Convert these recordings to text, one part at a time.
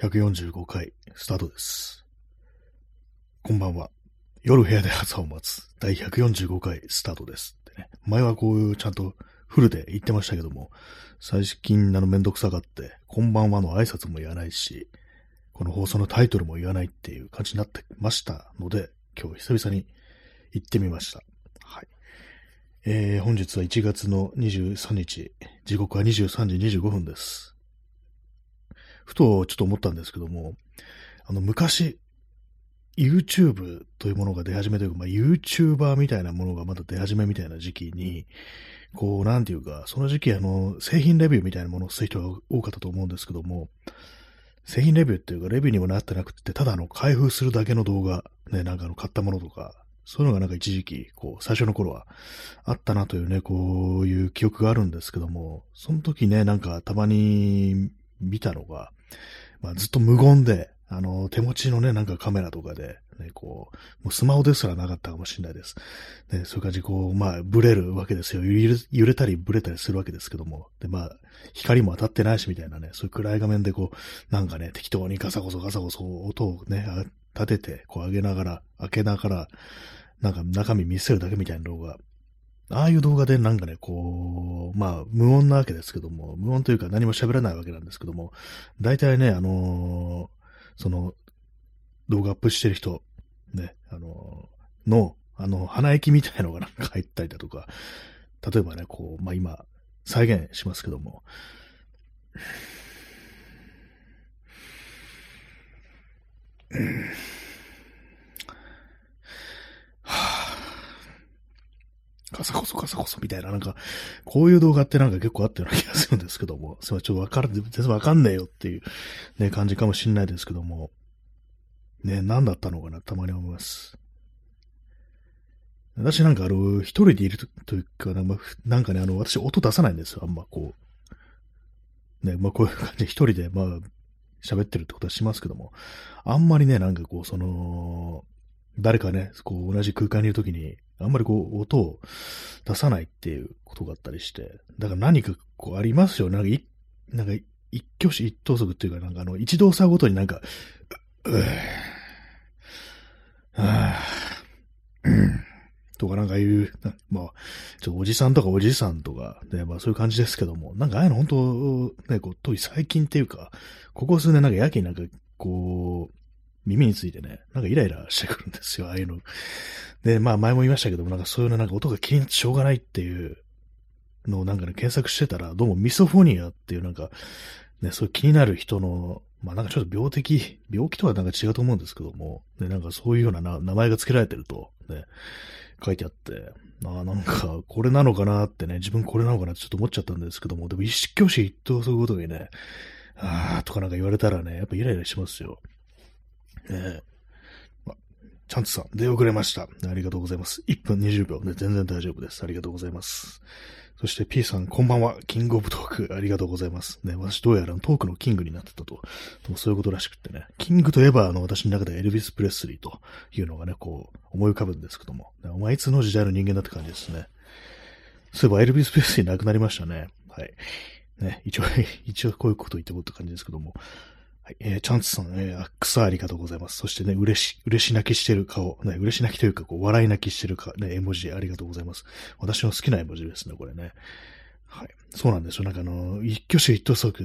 145回スタートです。こんばんは。夜部屋で朝を待つ第145回スタートですってね。前はこういうちゃんとフルで言ってましたけども、最近めんどくさがって、こんばんはの挨拶も言わないし、この放送のタイトルも言わないっていう感じになってましたので、今日久々に言ってみました。はい。本日は1月の23日、時刻は23時25分です。ふとちょっと思ったんですけども、昔、YouTube というものが出始めというか、YouTuber みたいなものがまだ出始めみたいな時期に、なんていうか、その時期製品レビューみたいなものをする人が多かったと思うんですけども、製品レビューっていうか、レビューにもなってなくて、ただ開封するだけの動画、ね、買ったものとか、そういうのが一時期、最初の頃はあったなというね、こういう記憶があるんですけども、その時ね、たまに見たのが、ずっと無言で、手持ちのね、カメラとかで、ね、もうスマホですらなかったかもしれないです。で、そういう感じで、ブレるわけですよ。揺れたりブレたりするわけですけども。で、光も当たってないしみたいなね、そういう暗い画面で適当にガサゴソ音をね、立てて、開けながら、中身見せるだけみたいな動画。ああいう動画で無音なわけですけども、無音というか何も喋らないわけなんですけども、大体ね、その動画アップしてる人、ね、鼻息みたいのが入ったりだとか、例えばね、今、再現しますけども、ガサゴソみたいな、こういう動画って結構あったような気がするんですけども、それはちょっと全然わかんねえよっていうね、感じかもしれないですけども、ね、何だったのかな、たまに思います。私一人でいるというか、私音出さないんですよ、あんまね、こういう感じで一人で、喋ってるってことはしますけども、あんまりね、誰かね、同じ空間にいるときに、あんまり音を出さないっていうことがあったりして、だから何かありますよね。一挙手一投足っていうか、一動作ごとにうとかいう、おじさんとかおじさんとか、ね、そういう感じですけども、ああいうの本当、ね、特に最近っていうか、ここ数年やけに耳についてね、イライラしてくるんですよ、ああいうの。で、前も言いましたけども、そういう音が気になってしょうがないっていうのを検索してたら、どうもミソフォニアっていうね、そういう気になる人の、ちょっと病気とは違うと思うんですけども、ね、そういうような名前が付けられてると、ね、書いてあって、これなのかなってね、自分これなのかなってちょっと思っちゃったんですけども、でも一挙手一投足ごとにね、とか言われたらね、やっぱイライラしますよ。チャンツさん、出遅れました。ありがとうございます。1分20秒ね、全然大丈夫です。ありがとうございます。そして P さん、こんばんは。キングオブトーク、ありがとうございます。ね、私どうやらトークのキングになってたと。そういうことらしくってね。キングといえば、私の中でエルビス・プレスリーというのがね、思い浮かぶんですけども。お前いつの時代の人間だって感じですね。そういえばエルビス・プレスリー亡くなりましたね。はい。ね、一応こういうこと言ってこうって感じですけども。はい、チャンツさん、草ありがとうございます。そしてね、嬉し泣きしてる顔、ね、嬉し泣きというか、笑い泣きしてるね、絵文字ありがとうございます。私の好きな絵文字ですね、これね。はい。そうなんですよ。一挙手一投足って、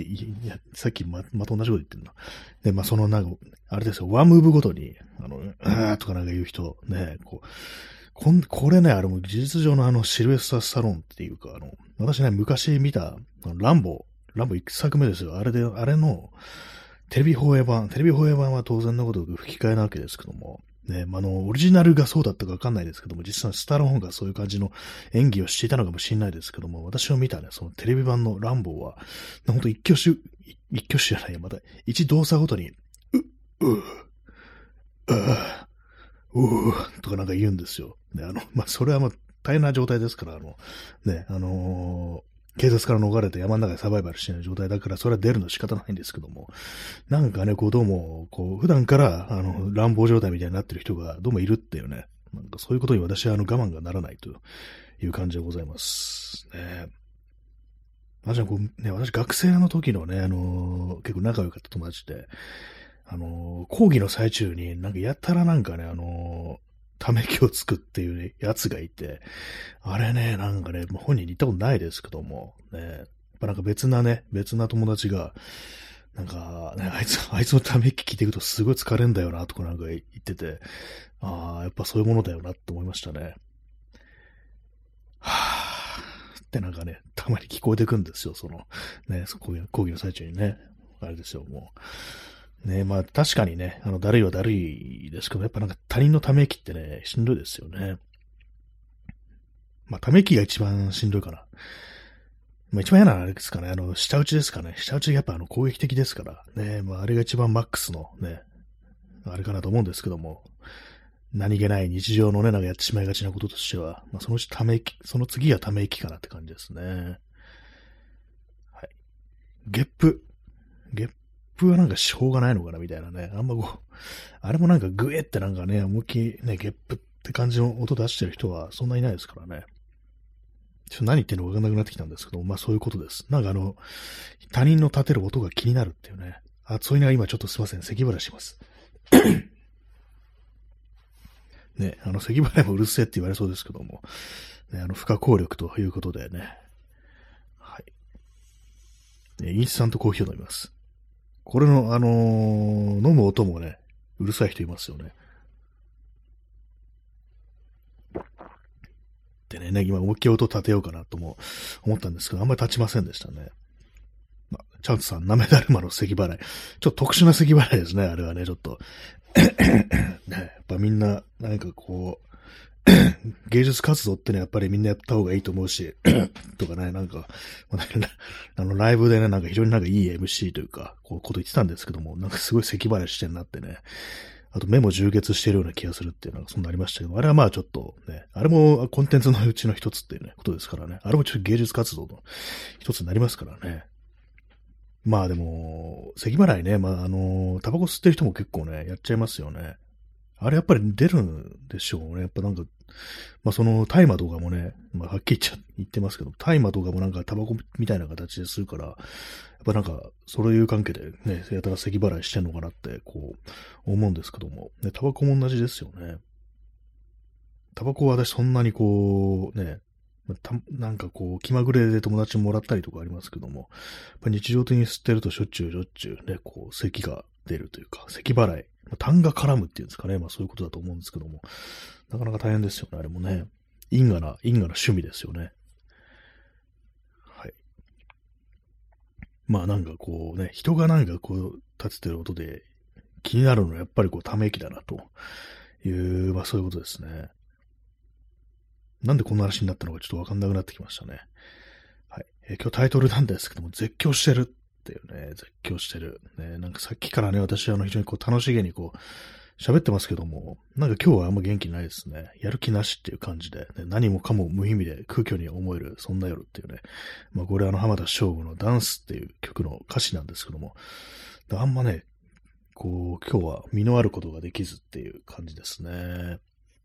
さっきまた同じこと言ってるな。で、あれですよ、ワンムーブごとに、とか言う人、ね、これね、あれも事実上のシルベスター・スタローンっていうか、私ね、昔見た、ランボ一作目ですよ。あれの、テレビ放映版は当然のこと吹き替えなわけですけども、ね、オリジナルがそうだったかわかんないですけども、実際スタローンがそういう感じの演技をしていたのかもしれないですけども、私を見たね、そのテレビ版のランボーは、ほんと一挙手じゃないよ、また、一動作ごとに、とか言うんですよ。ね、それは大変な状態ですから、ね、警察から逃れて山の中でサバイバルしてない状態だから、それは出るの仕方ないんですけども、どうも、普段から、乱暴状態みたいになってる人がどうもいるっていうね、そういうことに私は我慢がならないという感じでございます。ね。 私はこう、ね、私学生の時のね、結構仲良かった友達で、講義の最中になんかやたらなんかね、ため息をつくっていう、ね、やつがいて、あれね、なんかね、もう本人に言ったことないですけども、ね、やっぱなんか別な友達が、なんか、ね、あいつのため息聞いていくとすごい疲れんだよな、とかなんか言ってて、ああ、やっぱそういうものだよなって思いましたね。はぁーってなんかね、たまに聞こえてくんですよ、ね、講義の最中にね。あれですよ、もう。ね、まあ確かにね、だるいはだるいですけど、やっぱなんか他人のため息ってね、しんどいですよね。まあため息が一番しんどいかな。まあ一番嫌なのはあれですかね、舌打ちですかね。舌打ちがやっぱ攻撃的ですから、ね、まああれが一番マックスのね、あれかなと思うんですけども、何気ない日常のね、なんかやってしまいがちなこととしては、まあそのうちため息、その次はため息かなって感じですね。はい。ゲップ。ゲップはなんかしょうがないのかなみたいなね。あんまこう、あれもなんかグエってなんかね、思いっきりね、ゲップって感じの音出してる人はそんないないですからね。ちょっと何言ってるのかわかんなくなってきたんですけど、まあそういうことです。なんか他人の立てる音が気になるっていうね。あ、そういうのは今ちょっとすいません、咳払いします。ね、咳払いもうるせえって言われそうですけども、ね、不可抗力ということでね。はい。ね、インスタントコーヒーを飲みます。これの、飲む音もね、うるさい人いますよね。でね、今思いっきり音立てようかなとも思ったんですけど、あんまり立ちませんでしたね。まあ、チャンツさん、なめだるまの咳払い。ちょっと特殊な咳払いですね、あれはね、ちょっと。ね、やっぱみんな、なんかこう、芸術活動ってね、やっぱりみんなやった方がいいと思うし、とかね、なんか、まあ、ライブでね、なんか非常になんかいい MC というか、こう、こと言ってたんですけども、なんかすごい咳払いしてんなってね、あと目も充血してるような気がするっていうのがそんなありましたけど、あれはまあちょっとね、あれもコンテンツのうちの一つっていうね、ことですからね、あれもちょっと芸術活動の一つになりますからね。まあでも、咳払いね、まあタバコ吸ってる人も結構ね、やっちゃいますよね。あれやっぱり出るんでしょうね。やっぱなんか、まあ大麻とかもね、まあはっきり言ってますけど、大麻とかもなんかタバコみたいな形でするから、やっぱなんか、そういう関係でね、やたら咳払いしてんのかなって、こう、思うんですけども、ね、タバコも同じですよね。タバコは私そんなにこう、ね、なんかこう、気まぐれで友達にもらったりとかありますけども、やっぱ日常的に吸ってるとしょっちゅうね、こう、咳が出るというか、咳払い。痰が絡むっていうんですかね。まあそういうことだと思うんですけども、なかなか大変ですよね、あれもね。因果な趣味ですよね。はい。まあなんかこうね、人がなんかこう、立ててる音で気になるのはやっぱりこう、ため息だなという、まあそういうことですね。なんでこんな話になったのかちょっとわかんなくなってきましたね。はい。今日タイトルなんですけども、絶叫してるっていうね、絶叫してる。ね、なんかさっきからね、私は非常にこう楽しげにこう、喋ってますけども、なんか今日はあんま元気ないですね。やる気なしっていう感じで、ね、何もかも無意味で空虚に思える、そんな夜っていうね。まあこれ浜田省吾のダンスっていう曲の歌詞なんですけども、あんまね、こう、今日は身のあることができずっていう感じですね。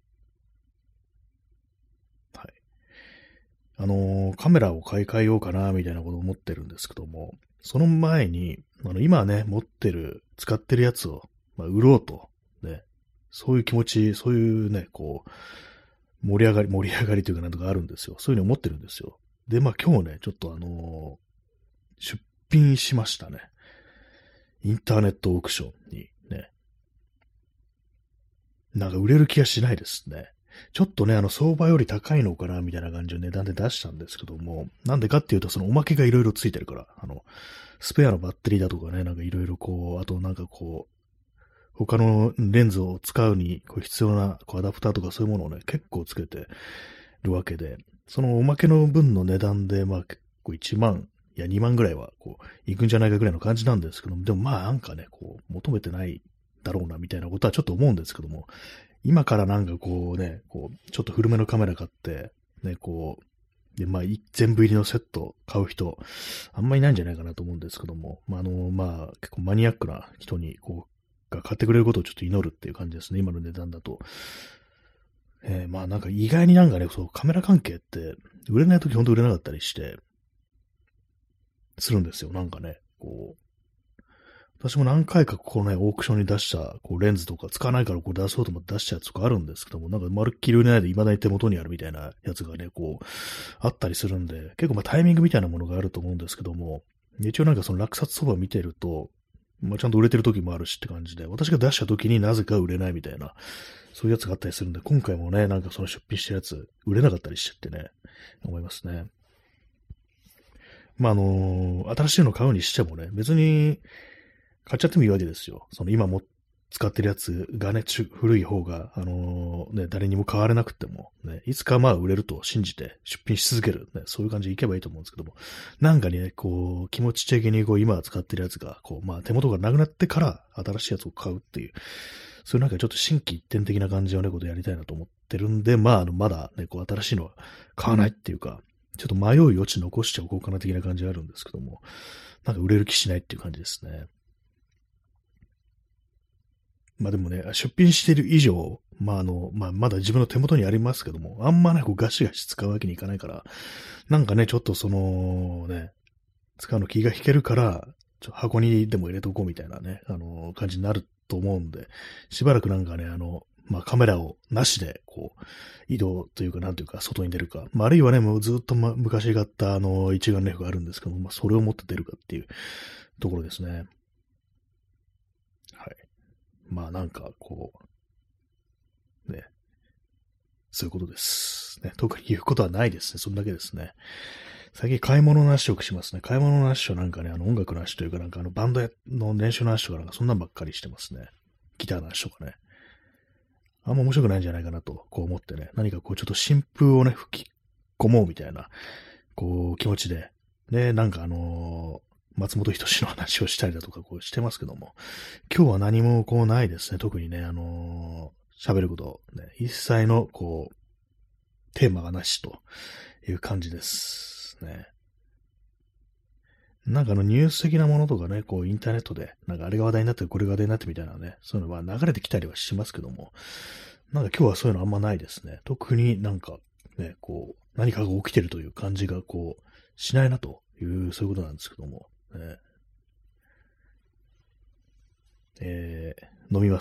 はい。カメラを買い替えようかな、みたいなことを思ってるんですけども、その前に、今ね、持ってる、使ってるやつを、まあ、売ろうと、ね、そういう気持ち、そういうね、こう、盛り上がりというかなんとかあるんですよ。そういうの思ってるんですよ。で、まあ今日ね、ちょっと出品しましたね。インターネットオークションにね。なんか売れる気がしないですね。ちょっとね、相場より高いのかな、みたいな感じの値段で出したんですけども、なんでかっていうと、そのおまけがいろいろついてるから、スペアのバッテリーだとかね、なんかいろいろこう、あとなんかこう、他のレンズを使うにこう必要なこうアダプターとかそういうものをね、結構つけてるわけで、そのおまけの分の値段で、まあ結構1万、いや2万ぐらいはこう、行くんじゃないかぐらいの感じなんですけども、でもまあなんかね、こう、求めてないだろうな、みたいなことはちょっと思うんですけども、今からなんかこうね、こう、ちょっと古めのカメラ買って、ね、こう、で、まあ、全部入りのセット買う人、あんまりいないんじゃないかなと思うんですけども、まあ、まあ、結構マニアックな人に、こう、が買ってくれることをちょっと祈るっていう感じですね、今の値段だと。まあ、なんか意外になんかね、そう、カメラ関係って、売れないときほんと売れなかったりして、 するんですよ。なんかね、こう、私も何回かこのね、オークションに出した、こう、レンズとか使わないからこう出そうと思って出したやつとかあるんですけども、なんかまるっきり売れないで未だに手元にあるみたいなやつがね、こう、あったりするんで、結構まあタイミングみたいなものがあると思うんですけども、一応なんかその落札相場を見てると、まあちゃんと売れてる時もあるしって感じで、私が出した時になぜか売れないみたいな、そういうやつがあったりするんで、今回もね、なんかその出品してるやつ、売れなかったりしちゃってね、思いますね。まあ新しいの買うにしてもね、別に、買っちゃってもいいわけですよ。その今も使ってるやつがね、古い方が、ね、誰にも買われなくても、ね、いつかまあ売れると信じて出品し続ける、ね、そういう感じでいけばいいと思うんですけども、なんかね、こう、気持ち的にこう、今使ってるやつが、こう、まあ手元がなくなってから新しいやつを買うっていう、そういうなんかちょっと新規一点的な感じのね、ことやりたいなと思ってるんで、まあ、まだね、こう、新しいのは買わないっていうか、ちょっと迷い余地残しておこうかな的な感じがあるんですけども、なんか売れる気しないっていう感じですね。まあでもね、出品している以上、まあまだ自分の手元にありますけども、あんまね、こうガシガシ使うわけにいかないから、なんかね、ちょっとそのね、使うの気が引けるから、箱にでも入れとこうみたいなね、感じになると思うんで、しばらくなんかね、まあカメラをなしで、こう、移動というか、なんというか、外に出るか、まああるいはね、もうずっと、昔買った一眼レフがあるんですけども、まあそれを持って出るかっていうところですね。はい。まあなんか、こう、ね、そういうことです。ね、特に言うことはないですね。そんだけですね。最近買い物の話よくしますね。買い物の話はなんかね、音楽の話というか、なんかバンドの練習の話とかなんかそんなんばっかりしてますね。ギターの話とかね。あんま面白くないんじゃないかなと、こう思ってね。何かこうちょっと新風をね、吹き込もうみたいな、こう気持ちで、ね、なんか松本人志の話をしたりだとかこうしてますけども、今日は何もこうないですね。特にね、喋ること、ね、一切のこう、テーマがなしという感じですね。なんかニュース的なものとかね、こうインターネットで、なんかあれが話題になってこれが話題になってみたいなね、そういうのは流れてきたりはしますけども、なんか今日はそういうのあんまないですね。特になんかね、こう、何かが起きてるという感じがこう、しないなという、そういうことなんですけども、ね、飲みます。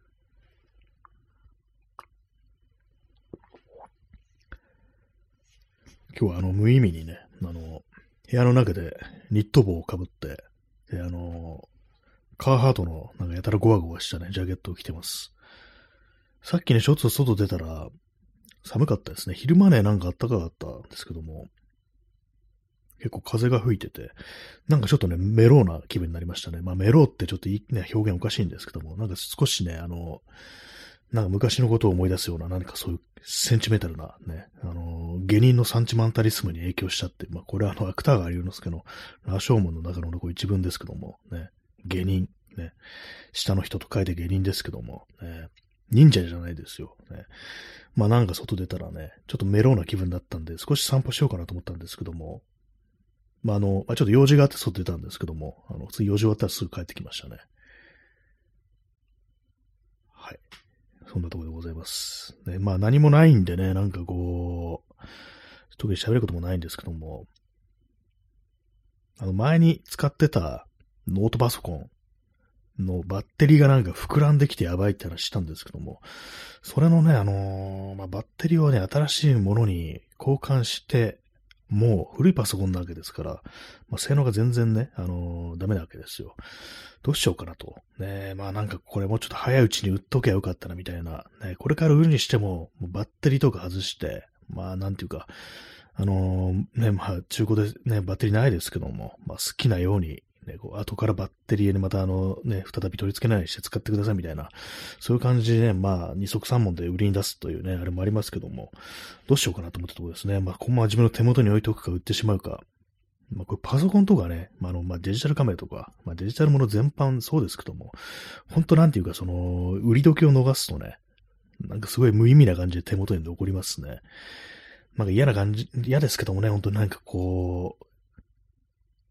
今日は無意味にね、部屋の中でニット帽をかぶって、で、カーハートのなんかやたらゴワゴワしたね、ジャケットを着てます。さっきね、ちょっと外出たら寒かったですね。昼間ね、なんか暖かかったんですけども、結構風が吹いてて、なんかちょっとね、メローな気分になりましたね。まあメローってちょっとね、表現おかしいんですけども、なんか少しね、なんか昔のことを思い出すような、何かそういうセンチメタルなね、下人のサンチマンタリスムに影響したって、まあこれは芥川龍之介の羅生門の中のこう一文ですけども、ね、下人、ね、下の人と書いて下人ですけども、ね、忍者じゃないですよ。ね、まあなんか外出たらね、ちょっとメローな気分だったんで、少し散歩しようかなと思ったんですけども、まあちょっと用事があって外出たんですけども、普通に用事終わったらすぐ帰ってきましたね。はい。そんなところでございます。ね、まあ何もないんでね、なんかこう、特に喋ることもないんですけども、前に使ってたノートパソコンのバッテリーがなんか膨らんできてやばいって話したんですけども、それのね、まあ、バッテリーをね、新しいものに交換して、もう古いパソコンなわけですから、まあ、性能が全然ね、ダメなわけですよ。どうしようかなと。ね、まあなんかこれもうちょっと早いうちに売っときゃよかったなみたいな。ね、これから売るにしても、もうバッテリーとか外して、まあなんていうか、ね、まあ中古でね、バッテリーないですけども、まあ好きなように、ね、こう後からバッテリーにまたね、再び取り付けないようにして使ってくださいみたいな、そういう感じでね、まあ二足三本で売りに出すというね、あれもありますけども、どうしようかなと思ったところですね。まあこのまま自分の手元に置いておくか売ってしまうか、まあ、これパソコンとかね、まあ、デジタルカメラとか、まあ、デジタルもの全般そうですけども、本当なんていうか、売り時を逃すとね、なんかすごい無意味な感じで手元に残りますね。なんか嫌な感じ、嫌ですけどもね、本当なんかこう、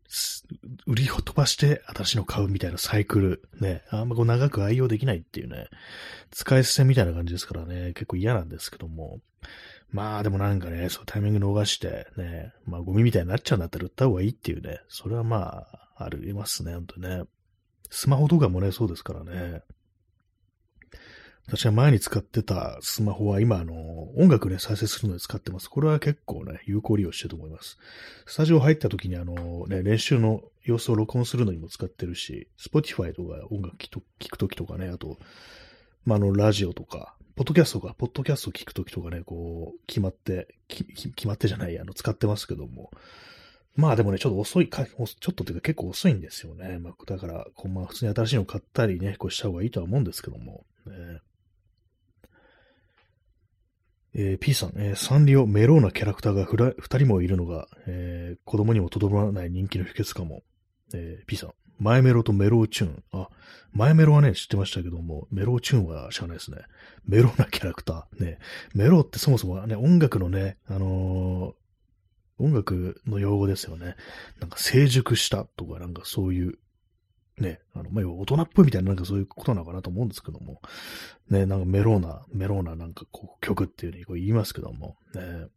売りを飛ばして新しいの買うみたいなサイクル、ね、あんまこう長く愛用できないっていうね、使い捨てみたいな感じですからね、結構嫌なんですけども。まあでもなんかね、そうタイミング逃してね、まあゴミみたいになっちゃうんだったら売った方がいいっていうね、それはまあ、ありますね、ほんとね。スマホとかもね、そうですからね。私が前に使ってたスマホは今音楽ね、再生するのに使ってます。これは結構ね、有効利用してると思います。スタジオ入った時にね、練習の様子を録音するのにも使ってるし、Spotify とか音楽聴く時とかね、あと、まあ、ラジオとか、ポッドキャストを聞くときとかね、こう、決まってじゃない、使ってますけども。まあでもね、ちょっと遅いか、ちょっとっていうか結構遅いんですよね。まあ、だから、こうまあ普通に新しいの買ったりね、こうした方がいいとは思うんですけども。P さん、サンリオ、メローなキャラクターが二人もいるのが、子供にもとどまらない人気の秘訣かも。P さん、マイメロとメローチューン。あ、マイメロはね、知ってましたけども、メローチューンは知らないですね。メローなキャラクター。ね、メローってそもそもね、音楽のね、音楽の用語ですよね。なんか成熟したとか、なんかそういう、ね、まあ、大人っぽいみたいななんかそういうことなのかなと思うんですけども、ね、なんかメローななんかこう曲っていう風にこう言いますけども、ね、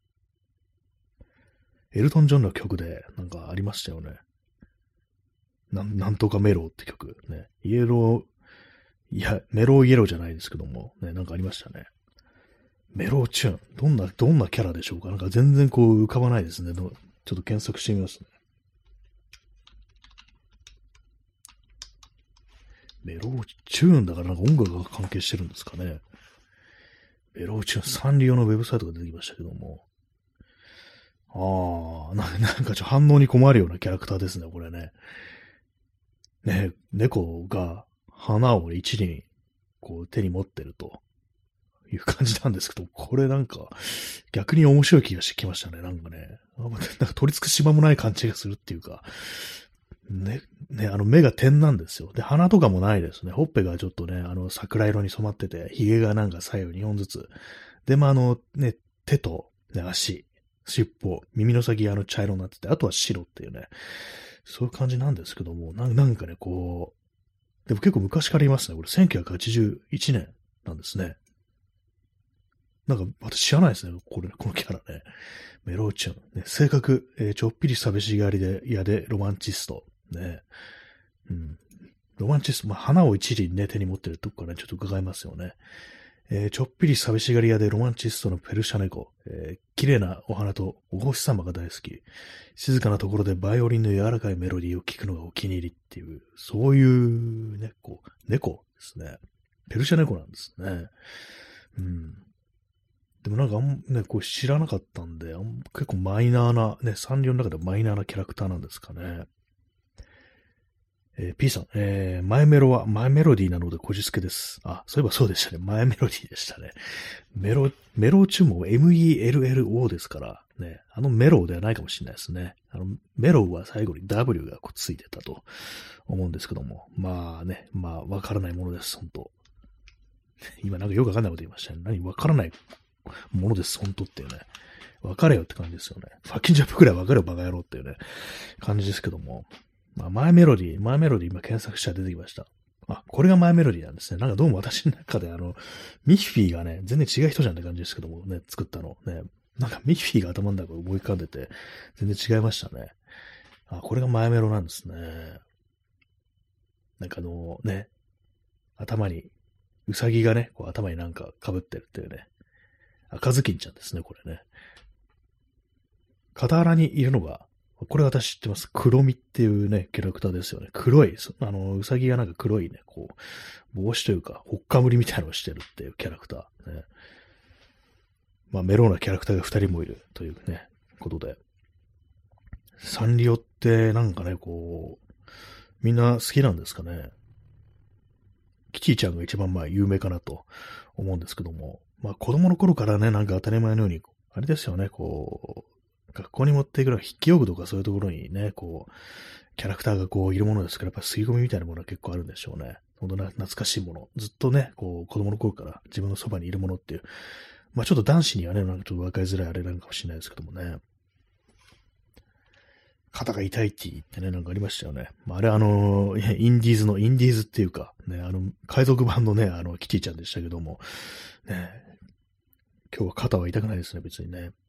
エルトン・ジョンの曲でなんかありましたよね。なんとかメローって曲。ね、イエロー、いや、メローイエローじゃないですけども、ね、なんかありましたね。メローチューン。どんなキャラでしょうか。なんか全然こう浮かばないですね。ちょっと検索してみますね。メローチューンだからなんか音楽が関係してるんですかね。メローチューン、サンリオのウェブサイトが出てきましたけども。なんか反応に困るようなキャラクターですね、これね。ね、猫が花を一輪こう手に持ってるという感じなんですけど、これなんか逆に面白い気がしてきましたね、なんかね。なんか取り付く島もない感じがするっていうか、ね、目が点なんですよ。で、鼻とかもないですね。ほっぺがちょっとね、桜色に染まってて、髭がなんか左右2本ずつ。で、まあ、ね、手と、ね、足、尻尾、耳の先が茶色になってて、あとは白っていうね、そういう感じなんですけども、なんかね、こう、でも結構昔からいますね。これ1981年なんですね。なんか、私知らないですね。このキャラね。メローチュン。ね、性格、ちょっぴり寂しがりで嫌でロマンチスト。ね。うん。ロマンチスト、まあ、花を一輪ね、手に持ってるとこからね、ちょっと伺いますよね。ちょっぴり寂しがり屋でロマンチストのペルシャ猫。綺麗なお花とお星様が大好き。静かなところでバイオリンの柔らかいメロディーを聴くのがお気に入りっていう、そういう猫ですね。ペルシャ猫なんですね。うん。でもなんかね、こう知らなかったんで、結構マイナーな、ね、サンリオの中でマイナーなキャラクターなんですかね。P さん、マイメロはマイメロディーなのでこじつけです。あ、そういえばそうでしたね。マイメロディーでしたね。メロチューンも MELLO ですから、ね、メロではないかもしれないですね。メロは最後に W がこうついてたと思うんですけども。まあね、まあわからないものです、本当今なんかよくわかんないこと言いましたね。何わからないものです、本当っていうね。わかれよって感じですよね。ファッキンジャップくらいわかれよ、バカ野郎っていうね、感じですけども。まあ、マイメロディー今検索したら出てきました。あ、これがマイメロディーなんですね。なんかどうも私の中でミッフィーがね、全然違う人じゃんって感じですけどもね、作ったの。ね。なんかミッフィーが頭の中を思い浮かんでて、全然違いましたね。あ、これがマイメロなんですね。なんかね、頭に、ウサギがね、こう頭になんか被ってるっていうね。赤ずきんちゃんですね、これね。傍らにいるのが、これ私知ってます。黒みっていうね、キャラクターですよね。黒い、うさぎがなんか黒いね、こう、帽子というか、ほっかむりみたいなのをしてるっていうキャラクター。ね、まあ、メローなキャラクターが2人もいるというね、ことで。サンリオってなんかね、こう、みんな好きなんですかね。キティちゃんが一番まあ有名かなと思うんですけども、まあ子供の頃からね、なんか当たり前のように、あれですよね、こう、学校に持っていくのは筆記用具とかそういうところにね、こう、キャラクターがこういるものですから、やっぱ吸い込みみたいなものは結構あるんでしょうね。本当な懐かしいもの。ずっとね、こう子供の頃から自分のそばにいるものっていう。まあちょっと男子にはね、なんかちょっと分かりづらいあれなのかもしれないですけどもね。 肩が痛いって言ってね、なんかありましたよね。まあ、あれインディーズっていうか、ね、海賊版のね、キティちゃんでしたけども、ね、今日は肩は痛くないですね、別にね。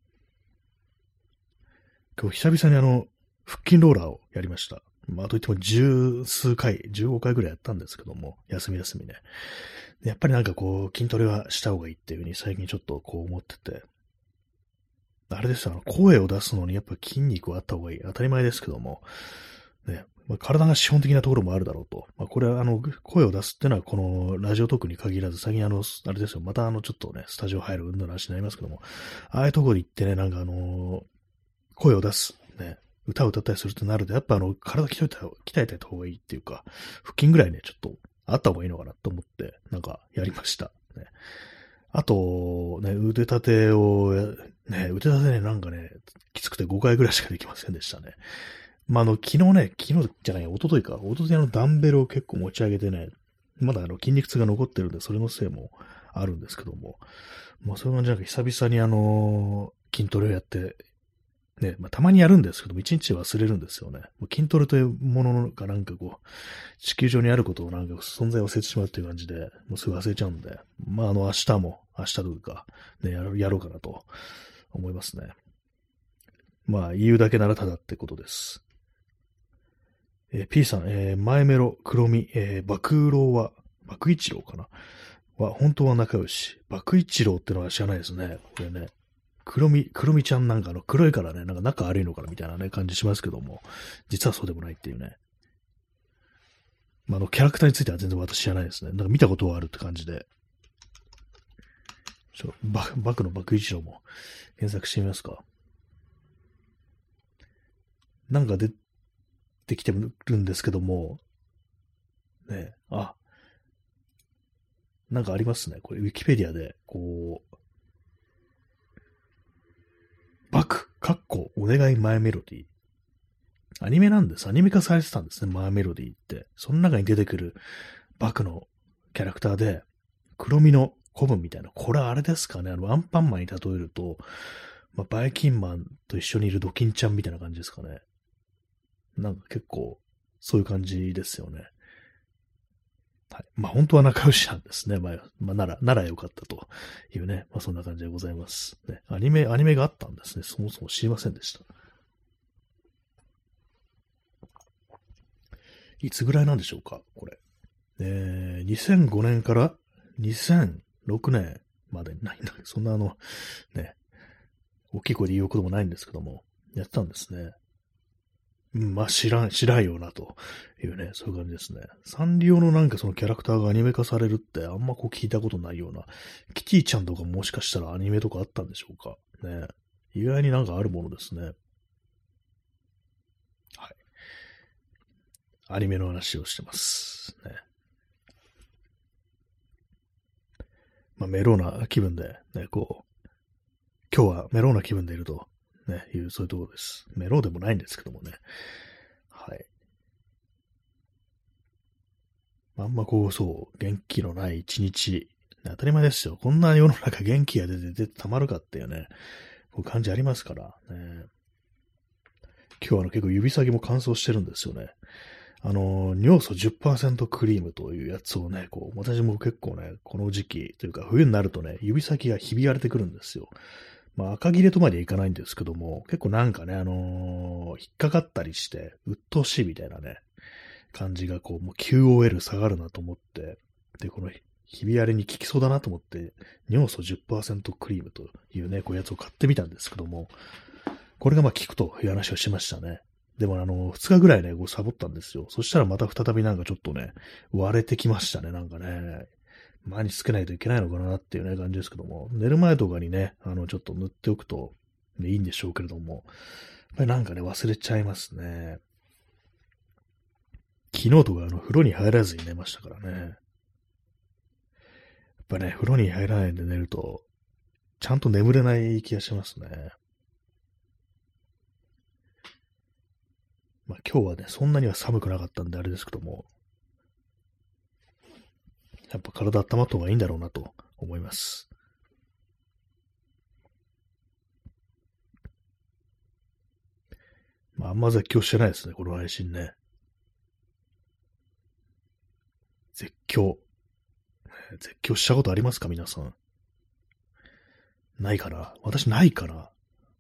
今日久々に腹筋ローラーをやりました。まあ、といっても十数回、15回ぐらいやったんですけども、休みね。やっぱりなんかこう、筋トレはした方がいいっていうふうに最近ちょっとこう思ってて、あれですよ、声を出すのにやっぱ筋肉はあった方がいい。当たり前ですけども、ね、まあ、体が資本的なところもあるだろうと。まあ、これは声を出すっていうのはこのラジオトークに限らず、最近あれですよ、またちょっとね、スタジオ入る運動の話になりますけども、ああいうところに行ってね、なんか声を出す、ね、歌を歌ったりするとなると、やっぱ体鍛えた方がいいっていうか、腹筋ぐらいね、ちょっとあった方がいいのかなと思って、なんかやりました。ね、あと、ね、腕立てね、なんかね、きつくて5回ぐらいしかできませんでしたね。まあ、昨日じゃない、一昨日ダンベルを結構持ち上げてね、まだ筋肉痛が残ってるんで、それのせいもあるんですけども、まあ、そういう感じなんか久々に筋トレをやって、ね、まあ、たまにやるんですけども、一日忘れるんですよね。筋トレというものがなんかこう、地球上にあることをなんか存在を忘れてしまうっていう感じで、もうすぐ忘れちゃうんで、まあ明日というか、ね、やろうかなと思いますね。まあ言うだけならただってことです。P さん、前メロ、黒み、爆郎は、爆一郎かなは、本当は仲良し。爆一郎ってのは知らないですね。これね。黒みちゃんなんか黒いからね、なんか仲悪いのかなみたいなね、感じしますけども、実はそうでもないっていうね。まあ、キャラクターについては全然私知らないですね。なんか見たことはあるって感じで。バクのバク一郎も検索してみますか。なんか出てきてるんですけども、ね、なんかありますね。これ、ウィキペディアで、こう、お願い前メロディー。アニメなんです。アニメ化されてたんですね、前メロディーって。その中に出てくるバクのキャラクターで、黒身の古文みたいな。これあれですかね、アンパンマンに例えると、まあ、バイキンマンと一緒にいるドキンちゃんみたいな感じですかね。なんか結構、そういう感じですよね。はい。まあ本当は仲良しなんですね。まあならよかったというね。まあそんな感じでございます。ね。アニメがあったんですね。そもそも知りませんでした。いつぐらいなんでしょうかこれ。2005年から2006年までにないんだけど、そんなね、大きい声で言うこともないんですけども、やってたんですね。うん、まあ知らんよな、というね、そういう感じですね。サンリオのなんかそのキャラクターがアニメ化されるってあんまこう聞いたことないような、キティちゃんとかもしかしたらアニメとかあったんでしょうか。ね。意外になんかあるものですね。はい。アニメの話をしてます。ね。まあメローな気分で、ね、こう、今日はメローな気分でいると、ね、そういうところです。メローでもないんですけどもね。はい。あんまこう、そう、元気のない一日、当たり前ですよ。こんな世の中元気が出てたまるかっていうね、こう感じありますからね。今日は結構指先も乾燥してるんですよね。尿素10%クリームというやつをね、こう、私も結構ね、この時期というか冬になるとね、指先がひび割れてくるんですよ。まあ赤切れとまでいかないんですけども、結構なんかね、引っかかったりして、鬱陶しいみたいなね、感じがこう、もう QOL 下がるなと思って、で、このひび割れに効きそうだなと思って、尿素10%クリームというね、こういうやつを買ってみたんですけども、これがまあ効くという話をしましたね。でも2日ぐらいね、こうサボったんですよ。そしたらまた再びなんかちょっとね、割れてきましたね、なんかね。毎日つけないといけないのかなっていうね、感じですけども、寝る前とかにね、ちょっと塗っておくと、ね、いいんでしょうけれども、やっぱりなんかね、忘れちゃいますね。昨日とか風呂に入らずに寝ましたからね。やっぱね、風呂に入らないで寝ると、ちゃんと眠れない気がしますね。まあ今日はね、そんなには寒くなかったんであれですけども、やっぱ体温まった方がいいんだろうなと思います。 まあ、あんま絶叫してないですね、この配信ね。絶叫。絶叫したことありますか皆さん。ないかな私ないかな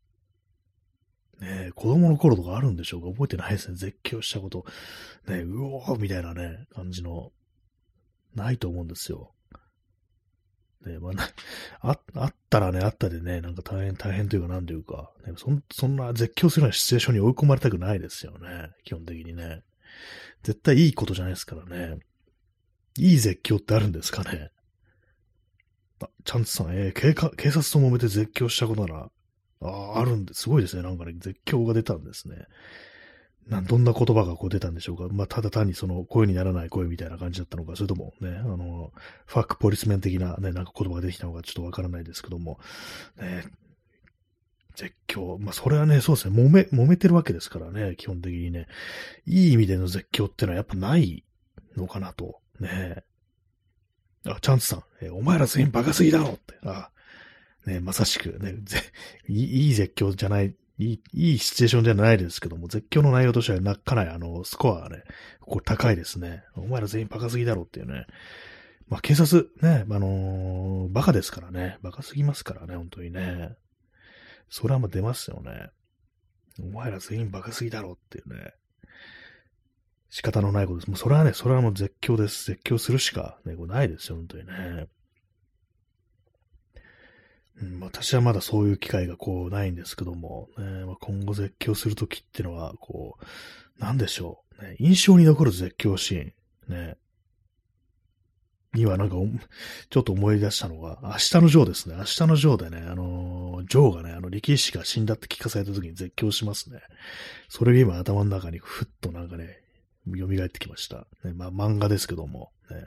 ねえ、子供の頃とかあるんでしょうか覚えてないですね。絶叫したこと。ねえ、うおーみたいなね、感じの、ないと思うんですよ。ねえ、まあ、あったらね、あったでね、なんか大変というかなんというか、ね、そんな絶叫するようなシチュエーションに追い込まれたくないですよね。基本的にね。絶対いいことじゃないですからね。いい絶叫ってあるんですかね。チャンツさん、警察と揉めて絶叫したことなら、あるんで、すごいですね。なんかね、絶叫が出たんですね。どんな言葉がこう出たんでしょうか。まあ、ただ単にその声にならない声みたいな感じだったのか、それともね、ファックポリスメン的なね、なんか言葉が出てきたのかちょっとわからないですけども、ね、絶叫。まあ、それはね、そうですね、揉めてるわけですからね、基本的にね。いい意味での絶叫ってのはやっぱないのかなと。ね。チャンスさん、お前ら全員バカすぎだろって。ね、まさしくね、いい絶叫じゃない、いいシチュエーションじゃないですけども、絶叫の内容としてはかなりスコアがね、こう高いですね。お前ら全員バカすぎだろっていうね。まあ、警察、ね、バカですからね。バカすぎますからね、本当にね。それはまあ出ますよね。お前ら全員バカすぎだろっていうね。仕方のないことです。もうそれはね、それはもう絶叫です。絶叫するしかね、これないですよ、本当にね。私はまだそういう機会がこうないんですけども、ねまあ、今後絶叫するときっていうのは、こう、なんでしょう、ね。印象に残る絶叫シーン、ね。にはなんかちょっと思い出したのが、明日のジョーですね。明日のジョーでね、ジョーがね、力士が死んだって聞かされたときに絶叫しますね。それが今頭の中にふっとなんかね、蘇ってきました。ね、まあ漫画ですけども、ね。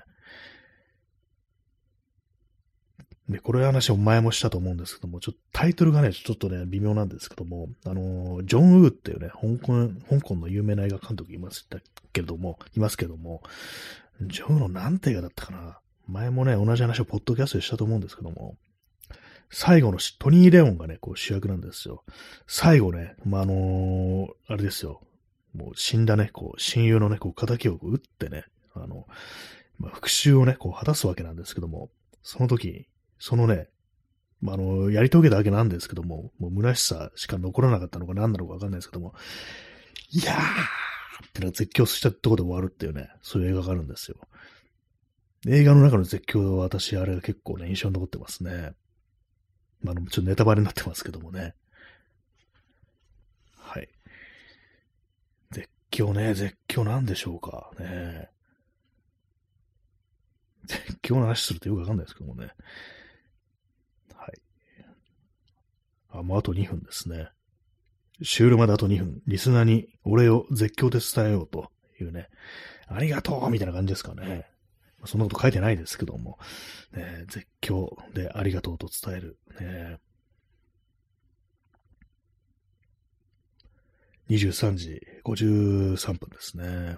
で、これ話を前もしたと思うんですけども、ちょっとタイトルがね、ちょっとね、微妙なんですけども、ジョン・ウーっていうね、香港の有名な映画監督いますけども、ジョンのなんて映画だったかな。前もね、同じ話をポッドキャストでしたと思うんですけども、最後のトニー・レオンがね、こう主役なんですよ。最後ね、まあ、あれですよ。もう死んだね、こう、親友のね、こう、仇を撃ってね、まあ、復讐をね、こう、果たすわけなんですけども、その時、そのね、まあ、やり遂げたわけなんですけども、もう虚しさしか残らなかったのか何なのかわかんないですけども、いやーってのが絶叫したところで終わるっていうね、そういう映画があるんですよ。映画の中の絶叫は私、あれが結構ね、印象に残ってますね。まあ、ちょっとネタバレになってますけどもね。はい。絶叫なんでしょうかね。絶叫の話するとよくわかんないですけどもね。はい。もうあと2分ですね。終了まであと2分。リスナーにお礼を絶叫で伝えようというね。ありがとうみたいな感じですかね。そんなこと書いてないですけども。ね、絶叫でありがとうと伝える。ね、23時53分ですね。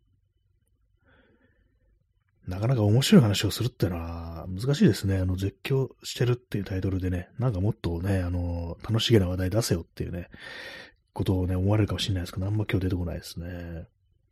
なかなか面白い話をするってのは難しいですね。絶叫してるっていうタイトルでね、なんかもっとね、楽しげな話題出せよっていうね、ことをね、思われるかもしれないですけど、あんま今日出てこないですね。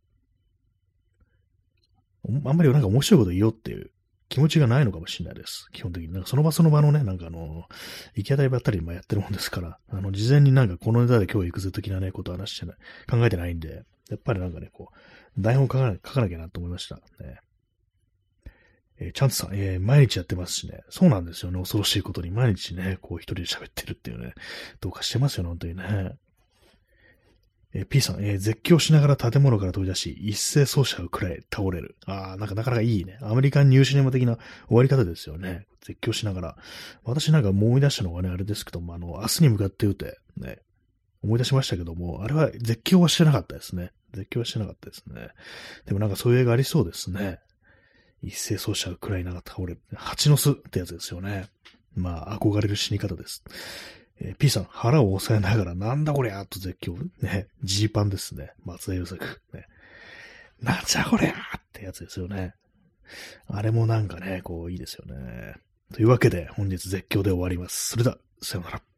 あんまりなんか面白いこと言おうっていう気持ちがないのかもしれないです。基本的に。なんかその場その場のね、なんか行き当たりばったりやってるもんですから、事前になんかこのネタで今日行くぜ的なね、ことを話してない、考えてないんで、やっぱりなんかね、こう、台本書かなきゃなと思いました。ね。チャンツさん、毎日やってますしね。そうなんですよね。恐ろしいことに毎日ね、こう一人で喋ってるっていうね、どうかしてますよね、本当にね。P さん、絶叫しながら建物から飛び出し、一斉奏者を食らい倒れる。なんかなかなかいいね。アメリカンニューシネマ的な終わり方ですよね。絶叫しながら。私なんか思い出したのがね、あれですけども、明日に向かって打て、ね、思い出しましたけども、あれは絶叫はしてなかったですね。絶叫はしてなかったですね。でもなんかそういう映画ありそうですね。一斉奏者を食らいながら倒れる。蜂の巣ってやつですよね。まあ、憧れる死に方です。P さん、腹を押さえながら、なんだこりゃーと絶叫。ね。ジーパンですね。松田優作。ね。なんじゃこりゃーってやつですよね。あれもなんかね、こう、いいですよね。というわけで、本日絶叫で終わります。それでは、さようなら。